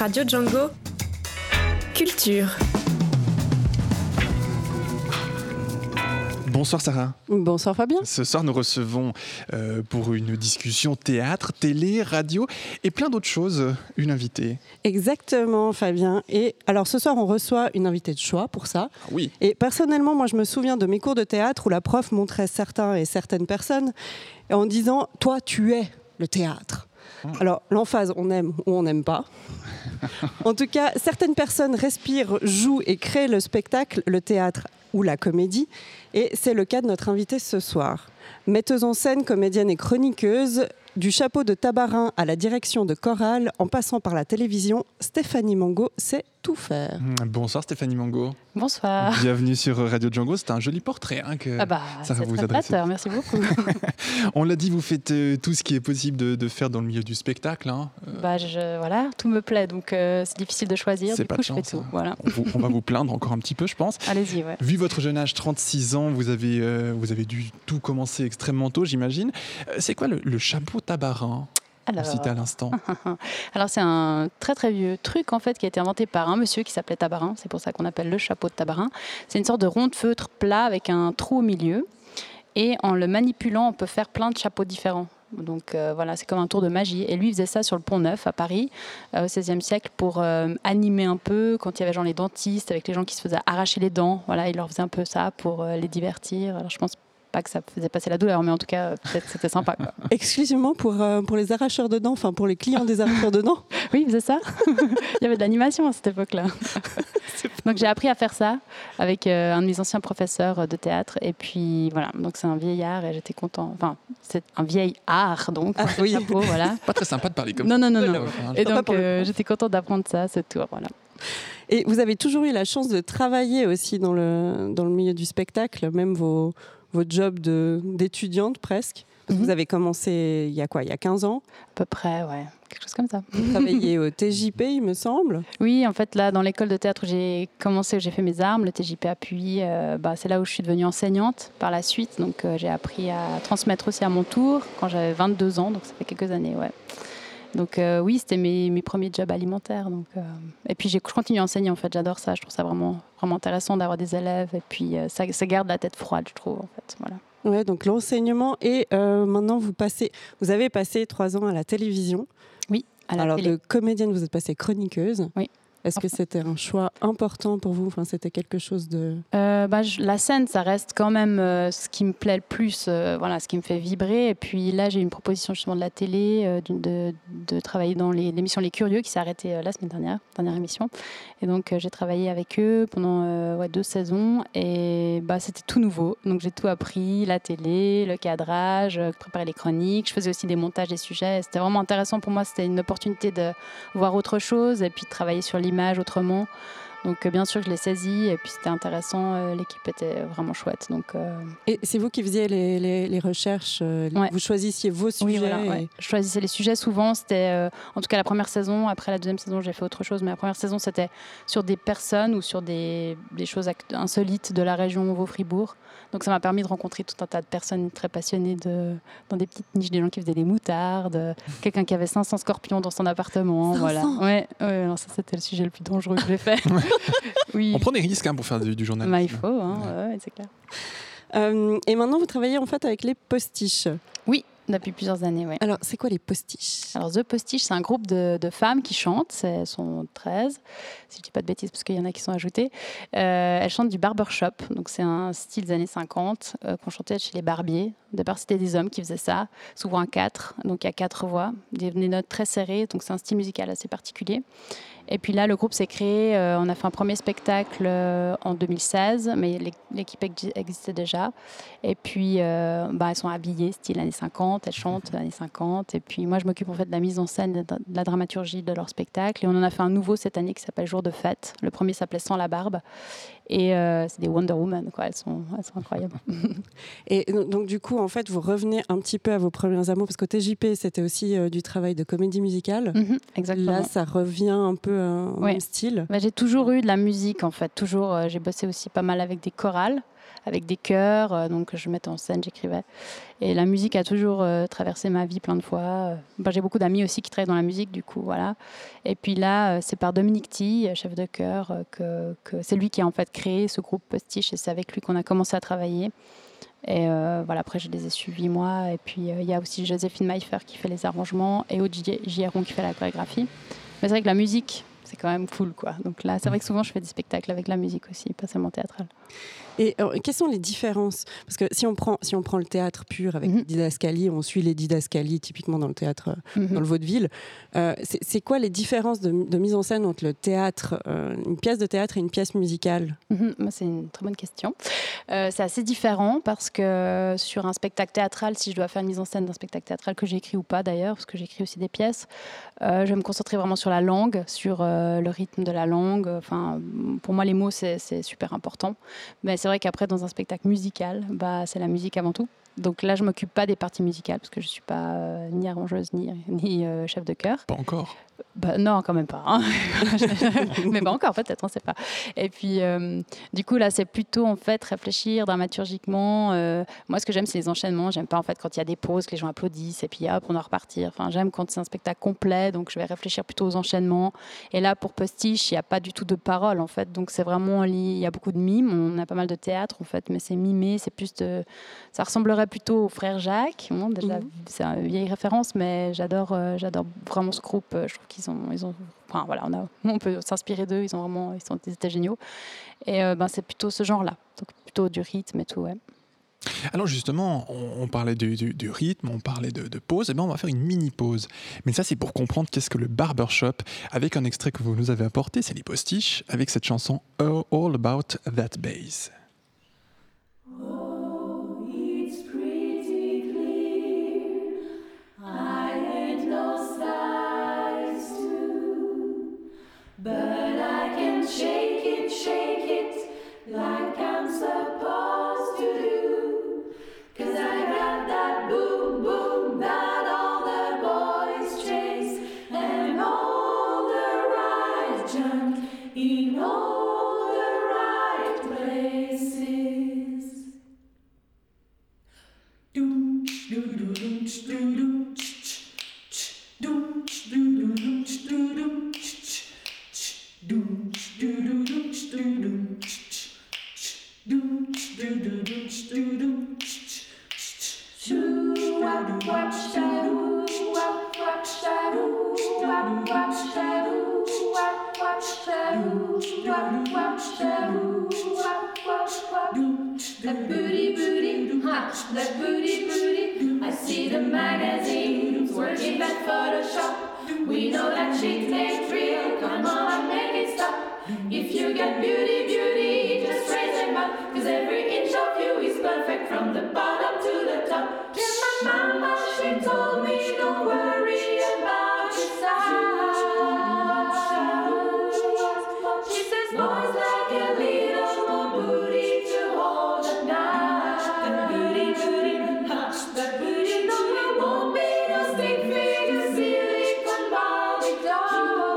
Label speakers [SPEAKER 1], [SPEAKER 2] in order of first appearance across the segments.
[SPEAKER 1] Radio Django. Culture.
[SPEAKER 2] Bonsoir Sarah.
[SPEAKER 3] Bonsoir Fabien.
[SPEAKER 2] Ce soir nous recevons pour une discussion théâtre, télé, radio et plein d'autres choses, une invitée.
[SPEAKER 3] Exactement Fabien. Et alors ce soir on reçoit une invitée de choix pour ça.
[SPEAKER 2] Oui.
[SPEAKER 3] Et personnellement moi je me souviens de mes cours de théâtre où la prof montrait certains et certaines personnes en disant « toi tu es le théâtre ». Alors l'emphase on aime ou on n'aime pas. En tout cas certaines personnes respirent, jouent et créent le spectacle, le théâtre ou la comédie. Et c'est le cas de notre invitée ce soir. Metteuse en scène, comédienne et chroniqueuse, du chapeau de Tabarin à la direction de chorale, en passant par la télévision, Stéphanie Mango sait tout faire.
[SPEAKER 2] Bonsoir Stéphanie Mango.
[SPEAKER 4] Bonsoir.
[SPEAKER 2] Bienvenue sur Radio Django. C'est un joli portrait que Sarah vous adresse.
[SPEAKER 4] Merci beaucoup.
[SPEAKER 2] On l'a dit, vous faites tout ce qui est possible de faire dans le milieu du spectacle.
[SPEAKER 4] Voilà, tout me plaît, donc c'est difficile de choisir.
[SPEAKER 2] C'est
[SPEAKER 4] du
[SPEAKER 2] pas
[SPEAKER 4] coup,
[SPEAKER 2] de
[SPEAKER 4] je fais
[SPEAKER 2] chance,
[SPEAKER 4] tout. Voilà.
[SPEAKER 2] On va vous plaindre encore un petit peu, je pense.
[SPEAKER 4] Allez-y, ouais.
[SPEAKER 2] Vu votre jeune âge, 36 ans, vous avez dû tout commencer extrêmement tôt, j'imagine. C'est quoi le chapeau Tabarin ?
[SPEAKER 4] Alors,
[SPEAKER 2] cité à l'instant.
[SPEAKER 4] Alors c'est un très très vieux truc en fait qui a été inventé par un monsieur qui s'appelait Tabarin, c'est pour ça qu'on appelle le chapeau de Tabarin. C'est une sorte de rond de feutre plat avec un trou au milieu et en le manipulant on peut faire plein de chapeaux différents. Donc voilà, c'est comme un tour de magie. Et lui il faisait ça sur le Pont Neuf à Paris au XVIe siècle pour animer un peu quand il y avait genre les dentistes avec les gens qui se faisaient arracher les dents. Voilà, il leur faisait un peu ça pour les divertir. Alors je pense pas que ça faisait passer la douleur, mais en tout cas, peut-être c'était sympa. Quoi.
[SPEAKER 3] Exclusivement pour les arracheurs de dents, enfin pour les clients des arracheurs de dents.
[SPEAKER 4] Oui, c'est ça. Il y avait de l'animation à cette époque-là. Donc j'ai appris à faire ça avec un de mes anciens professeurs de théâtre. Et puis voilà, donc c'est un vieillard et j'étais content. Enfin, c'est un vieil art, donc.
[SPEAKER 3] Oui.
[SPEAKER 4] Chapeau, voilà.
[SPEAKER 2] Pas très sympa de parler comme
[SPEAKER 4] non,
[SPEAKER 2] ça.
[SPEAKER 4] Non. Et donc j'étais contente d'apprendre ça, ce tour, voilà.
[SPEAKER 3] Et vous avez toujours eu la chance de travailler aussi dans le milieu du spectacle, même vos jobs d'étudiante presque. Parce que vous avez commencé il y a 15 ans ?
[SPEAKER 4] À peu près, ouais. Quelque chose comme ça.
[SPEAKER 3] Vous travaillez au TJP, il me semble.
[SPEAKER 4] Oui, en fait, là, dans l'école de théâtre où j'ai commencé, où j'ai fait mes armes, le TJP Appuie, c'est là où je suis devenue enseignante par la suite. Donc, j'ai appris à transmettre aussi à mon tour quand j'avais 22 ans. Donc, ça fait quelques années, ouais. Donc oui, c'était mes premiers jobs alimentaires. Donc, et puis je continue à enseigner en fait, j'adore ça, je trouve ça vraiment, vraiment intéressant d'avoir des élèves et puis ça garde la tête froide, je trouve en fait. Voilà.
[SPEAKER 3] Ouais, donc l'enseignement et maintenant vous avez passé 3 ans à la télévision.
[SPEAKER 4] Oui, à la télé.
[SPEAKER 3] De comédienne, vous êtes passée chroniqueuse.
[SPEAKER 4] Oui.
[SPEAKER 3] Est-ce que c'était un choix important pour vous ? Enfin, c'était quelque chose de...
[SPEAKER 4] La scène, ça reste quand même ce qui me plaît le plus, ce qui me fait vibrer. Et puis là, j'ai eu une proposition justement de la télé, de travailler dans l'émission Les Curieux, qui s'est arrêtée la semaine dernière émission. Et donc, j'ai travaillé avec eux pendant 2 saisons. Et c'était tout nouveau. Donc, j'ai tout appris, la télé, le cadrage, préparer les chroniques. Je faisais aussi des montages des sujets. C'était vraiment intéressant pour moi. C'était une opportunité de voir autre chose et puis de travailler sur l'image autrement. Donc bien sûr je l'ai saisi et puis c'était intéressant, l'équipe était vraiment chouette. Donc,
[SPEAKER 3] Et c'est vous qui faisiez les recherches,
[SPEAKER 4] ouais.
[SPEAKER 3] Vous choisissiez vos sujets.
[SPEAKER 4] Oui, voilà, ouais. Je choisissais les sujets souvent, c'était en tout cas la première saison, après la deuxième saison j'ai fait autre chose, mais la première saison c'était sur des personnes ou sur des choses insolites de la région Vaud-Fribourg. Donc ça m'a permis de rencontrer tout un tas de personnes très passionnées dans des petites niches, des gens qui faisaient des moutardes, quelqu'un qui avait 500 scorpions dans son appartement.
[SPEAKER 3] 500
[SPEAKER 4] voilà. Ouais, alors ça c'était le sujet le plus dangereux que j'ai fait. Oui.
[SPEAKER 2] On prend des risques pour faire du journalisme.
[SPEAKER 4] Il faut, ouais, c'est clair.
[SPEAKER 3] Et maintenant vous travaillez en fait avec les postiches.
[SPEAKER 4] Oui. Depuis plusieurs années, oui.
[SPEAKER 3] Alors, c'est quoi les postiches ?
[SPEAKER 4] Alors, The Postiche, c'est un groupe de femmes qui chantent. Elles sont 13, si je ne dis pas de bêtises, parce qu'il y en a qui sont ajoutées. Elles chantent du barbershop. Donc, c'est un style des années 50 qu'on chantait chez les barbiers. Au départ, c'était des hommes qui faisaient ça, souvent à 4. Donc, il y a 4 voix, des notes très serrées. Donc, c'est un style musical assez particulier. Et puis là, le groupe s'est créé. On a fait un premier spectacle en 2016, mais l'équipe existait déjà. Et puis, elles sont habillées style années 50, elles chantent années 50. Et puis, moi, je m'occupe en fait de la mise en scène, de la dramaturgie de leur spectacle. Et on en a fait un nouveau cette année qui s'appelle Jour de fête. Le premier s'appelait Sans la barbe. Et c'est des Wonder Woman, quoi. Elles sont incroyables.
[SPEAKER 3] Et donc, du coup, en fait, vous revenez un petit peu à vos premiers amours, parce qu'au TJP, c'était aussi du travail de comédie musicale.
[SPEAKER 4] Exactement.
[SPEAKER 3] Là, ça revient un peu au même style.
[SPEAKER 4] J'ai toujours eu de la musique, en fait. Toujours, j'ai bossé aussi pas mal avec des chorales, avec des chœurs, donc je mettais en scène, j'écrivais. Et la musique a toujours traversé ma vie plein de fois. J'ai beaucoup d'amis aussi qui travaillent dans la musique, du coup, voilà. Et puis là, c'est par Dominique T, chef de chœur, que c'est lui qui a en fait créé ce groupe Postiche, et c'est avec lui qu'on a commencé à travailler. Et voilà, après, je les ai suivis, moi. Et puis, il y a aussi Joséphine Maillefer qui fait les arrangements et Aude Giron qui fait la chorégraphie. Mais c'est vrai que la musique, c'est quand même cool, quoi. Donc là, c'est vrai que souvent, je fais des spectacles avec la musique aussi, pas seulement théâtral.
[SPEAKER 3] Et quelles sont les différences ? Parce que si on prend le théâtre pur avec les didascalies, on suit les didascalies typiquement dans le théâtre, dans le vaudeville. C'est quoi les différences de mise en scène entre le théâtre, une pièce de théâtre et une pièce musicale ?
[SPEAKER 4] Moi, c'est une très bonne question. C'est assez différent parce que sur un spectacle théâtral, si je dois faire une mise en scène d'un spectacle théâtral que j'écris ou pas d'ailleurs, parce que j'écris aussi des pièces, je vais me concentrer vraiment sur la langue, sur le rythme de la langue. Enfin, pour moi, les mots, c'est super important. Mais c'est vrai qu'après, dans un spectacle musical, c'est la musique avant tout. Donc là, je ne m'occupe pas des parties musicales parce que je ne suis pas ni arrangeuse ni chef de chœur.
[SPEAKER 2] Pas encore.
[SPEAKER 4] Non, quand même pas. Hein. Mais pas encore, peut-être, on ne sait pas. Et puis, du coup, là, c'est plutôt en fait réfléchir dramaturgiquement. Moi, ce que j'aime, c'est les enchaînements. J'aime pas en fait quand il y a des pauses, que les gens applaudissent et puis hop, on doit repartir. Enfin, j'aime quand c'est un spectacle complet, donc je vais réfléchir plutôt aux enchaînements. Et là, pour Postiche, il n'y a pas du tout de paroles en fait, donc c'est vraiment il y a beaucoup de mimes. On a pas mal de théâtre en fait, mais c'est mimé, c'est plus ça ressemblerait plutôt aux frères Jacques. Bon, déjà, c'est une vieille référence, mais j'adore vraiment ce groupe. Je trouve qu'ils ont enfin, voilà, on peut s'inspirer d'eux, ils étaient géniaux. Et c'est plutôt ce genre-là, donc plutôt du rythme et tout, ouais.
[SPEAKER 2] Alors justement, on parlait du rythme, on parlait de pause, et bien on va faire une mini-pause. Mais ça, c'est pour comprendre qu'est-ce que le barbershop, avec un extrait que vous nous avez apporté, c'est les Postiches, avec cette chanson « All About That Bass ».
[SPEAKER 5] But I can shake it like I'm supposed to do. 'Cause I got that boom boom that all the boys chase, and all the right junk in all the right places. Doom, doom, doom, doom, doom, doom, doom, doom, doom. That booty booty, ha, that booty booty. I see the magazines working that Photoshop. We know that shit ain't real, come on, make it stop. If you got beauty, beauty, just raise them up. 'Cause every inch of you is perfect from the bottom to the top. Till my mama, she told me, don't worry about your size. She says boys like a little more booty to hold at night. That booty, booty, ha, that booty, no, it won't be no stick figure, silicone Barbie doll.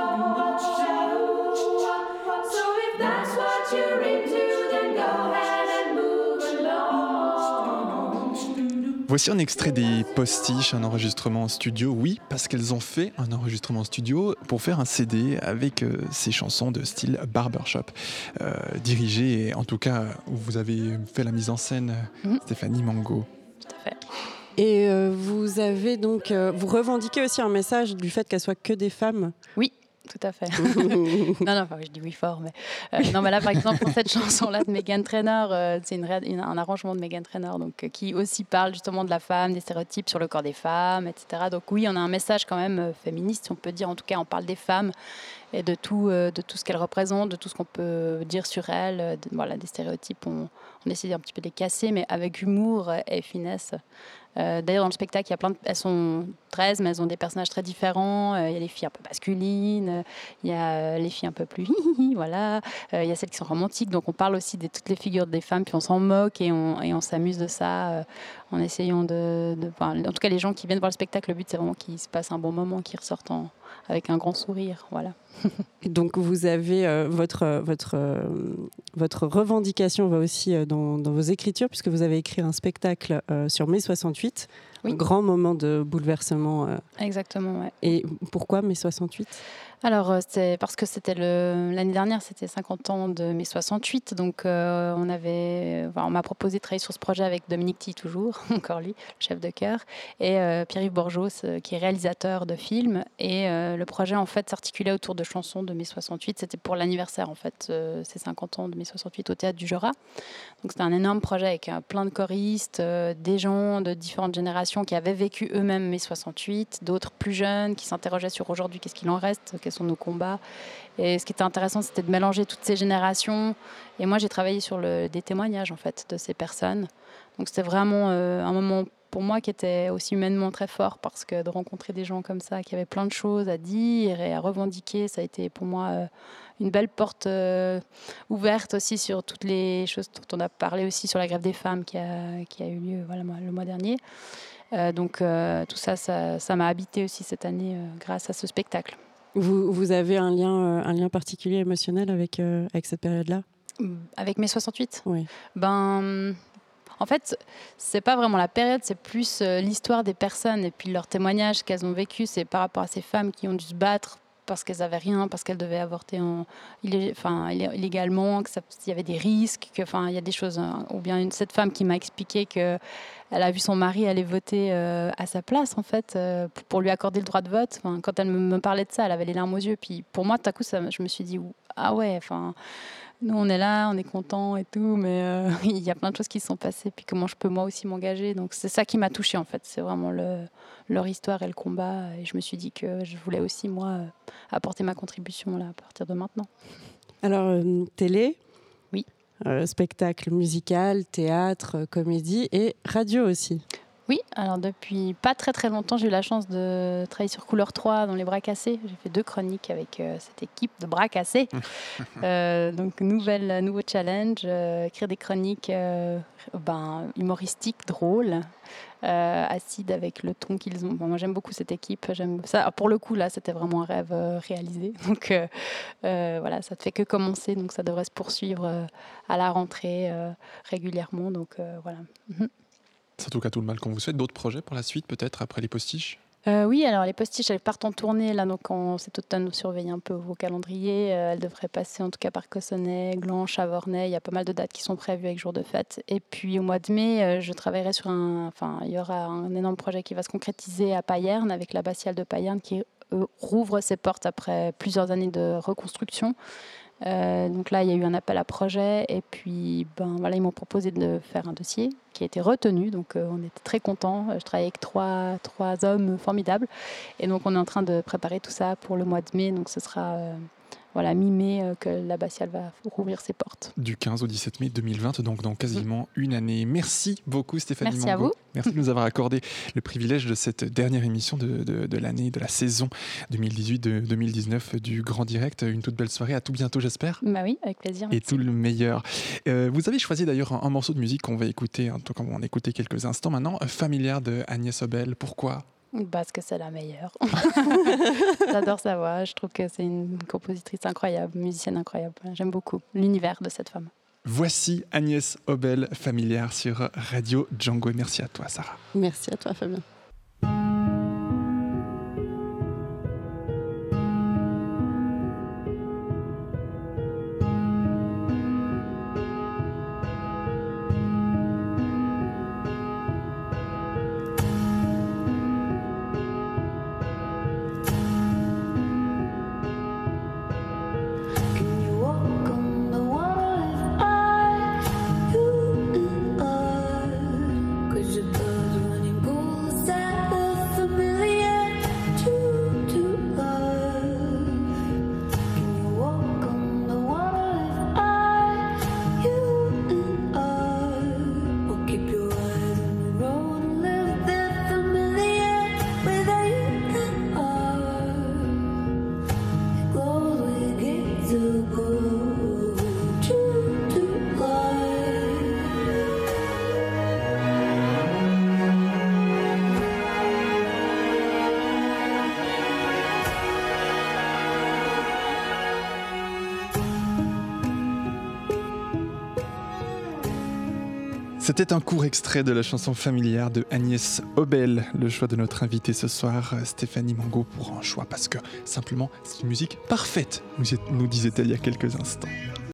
[SPEAKER 5] So if that's what you're into, then go ahead and move along.
[SPEAKER 2] Voici un extrait des Postiches, un enregistrement en studio. Oui, parce qu'elles ont fait un enregistrement en studio pour faire un CD avec ces chansons de style barbershop, dirigé, et en tout cas, où vous avez fait la mise en scène, Stéphanie Mango.
[SPEAKER 4] Tout à fait.
[SPEAKER 3] Et vous avez donc, vous revendiquez aussi un message du fait qu'elles soient que des femmes.
[SPEAKER 4] Oui. Tout à fait. non, enfin, je dis oui fort, mais non, mais là, par exemple, pour cette chanson-là de Meghan Trainor, c'est un arrangement de Meghan Trainor, donc qui aussi parle justement de la femme, des stéréotypes sur le corps des femmes, etc. Donc oui, on a un message quand même féministe, on peut dire. En tout cas, on parle des femmes et de tout ce qu'elles représentent, de tout ce qu'on peut dire sur elles. Voilà, des stéréotypes, on on essaie un petit peu de les casser, mais avec humour et finesse. D'ailleurs, dans le spectacle, elles sont 13, mais elles ont des personnages très différents. Il y a les filles un peu masculines, il y a les filles un peu plus voilà. Il y a celles qui sont romantiques. Donc, on parle aussi de toutes les figures des femmes, puis on s'en moque et on s'amuse de ça en essayant en tout cas, les gens qui viennent voir le spectacle, le but, c'est vraiment qu'ils se passent un bon moment, qu'ils ressortent avec un grand sourire. Voilà.
[SPEAKER 3] Donc, vous avez votre revendication va aussi dans vos écritures, puisque vous avez écrit un spectacle sur mai 68,
[SPEAKER 4] oui.
[SPEAKER 3] Un grand moment de bouleversement.
[SPEAKER 4] Exactement, ouais.
[SPEAKER 3] Et pourquoi mai 68 ?
[SPEAKER 4] Alors, c'est parce que l'année dernière, c'était 50 ans de mai 68. Donc, on m'a proposé de travailler sur ce projet avec Dominique Thie, toujours, encore lui, le chef de chœur, et Pierre-Yves Borjos, qui est réalisateur de films. Et le projet, en fait, s'articulait autour de chansons de mai 68. C'était pour l'anniversaire, en fait, ces 50 ans de mai 68 au Théâtre du Jura. Donc, c'était un énorme projet avec plein de choristes, des gens de différentes générations qui avaient vécu eux-mêmes mai 68, d'autres plus jeunes qui s'interrogeaient sur aujourd'hui, qu'est-ce qu'il en reste, quels sont nos combats. Et ce qui était intéressant, c'était de mélanger toutes ces générations. Et moi, j'ai travaillé sur des témoignages, en fait, de ces personnes. Donc, c'était vraiment un moment pour moi qui était aussi humainement très fort, parce que de rencontrer des gens comme ça, qui avaient plein de choses à dire et à revendiquer, ça a été pour moi une belle porte ouverte aussi sur toutes les choses dont on a parlé aussi, sur la grève des femmes qui a eu lieu le mois dernier. Donc tout ça m'a habité aussi cette année grâce à ce spectacle.
[SPEAKER 3] Vous avez un lien particulier émotionnel avec cette période-là ?
[SPEAKER 4] Avec mai 68 ?
[SPEAKER 3] Oui.
[SPEAKER 4] En fait, c'est pas vraiment la période, c'est plus l'histoire des personnes et puis leurs témoignages qu'elles ont vécu. C'est par rapport à ces femmes qui ont dû se battre parce qu'elles n'avaient rien, parce qu'elles devaient avorter illégalement, qu'il y avait des risques, il y a des choses. Ou bien cette femme qui m'a expliqué qu'elle a vu son mari aller voter à sa place, en fait, pour lui accorder le droit de vote. Quand elle me parlait de ça, elle avait les larmes aux yeux. Puis pour moi, tout à coup, je me suis dit, ah ouais, nous, on est là, on est contents et tout, mais il y a plein de choses qui se sont passées. Puis comment je peux moi aussi m'engager. Donc c'est ça qui m'a touchée, en fait. C'est vraiment leur histoire et le combat. Et je me suis dit que je voulais aussi, moi, apporter ma contribution là, à partir de maintenant.
[SPEAKER 3] Alors, télé ?
[SPEAKER 4] Oui.
[SPEAKER 3] Spectacle musical, théâtre, comédie et radio aussi.
[SPEAKER 4] Oui, alors depuis pas très très longtemps, j'ai eu la chance de travailler sur Couleur 3 dans Les Bras Cassés. J'ai fait 2 chroniques avec cette équipe de Bras Cassés. Donc nouveau challenge, écrire des chroniques humoristiques, drôles, acides avec le ton qu'ils ont. Bon, moi j'aime beaucoup cette équipe. J'aime ça. Alors, pour le coup là, c'était vraiment un rêve réalisé. Donc voilà, ça ne fait que commencer. Donc ça devrait se poursuivre à la rentrée régulièrement. Donc voilà.
[SPEAKER 2] Surtout qu'à tout le mal qu'on vous souhaite. D'autres projets pour la suite, peut-être, après les postiches ?
[SPEAKER 4] Oui, alors les postiches, elles partent en tournée. Là, donc cet automne, nous surveillons un peu vos calendriers. Elles devraient passer en tout cas par Cossonay, Gland, Chavornay. Il y a pas mal de dates qui sont prévues avec jour de fête. Et puis au mois de mai, je travaillerai sur il y aura un énorme projet qui va se concrétiser à Payerne, avec l'abbatiale de Payerne qui rouvre ses portes après plusieurs années de reconstruction. Donc là, il y a eu un appel à projet et puis ils m'ont proposé de faire un dossier qui a été retenu. Donc on était très contents. Je travaille avec trois hommes formidables et donc on est en train de préparer tout ça pour le mois de mai. Donc ce sera mi-mai que l'abbatiale va rouvrir ses portes.
[SPEAKER 2] Du 15 au 17 mai 2020, donc dans quasiment une année. Merci beaucoup Stéphanie Mongo.
[SPEAKER 4] Merci à vous.
[SPEAKER 2] Merci de nous avoir accordé le privilège de cette dernière émission de l'année, de la saison 2018-2019 du Grand Direct. Une toute belle soirée. À tout bientôt, j'espère.
[SPEAKER 4] Oui, avec plaisir.
[SPEAKER 2] Et tout le meilleur. Vous avez choisi d'ailleurs un morceau de musique qu'on va écouter, en tout cas on va en écouter quelques instants maintenant. Familière de Agnès Obel. Pourquoi ?
[SPEAKER 4] Parce que c'est la meilleure. J'adore sa voix. Je trouve que c'est une compositrice incroyable, musicienne incroyable. J'aime beaucoup l'univers de cette femme.
[SPEAKER 2] Voici Agnès Obel, Familière sur Radio Django. Et merci à toi, Sarah.
[SPEAKER 3] Merci à toi, Fabien.
[SPEAKER 5] Cause your blood's running cold.
[SPEAKER 2] C'était un court extrait de la chanson familière de Agnès Obel, le choix de notre invitée ce soir, Stéphanie Mango, pour un choix parce que simplement c'est une musique parfaite, nous disait-elle il y a quelques instants.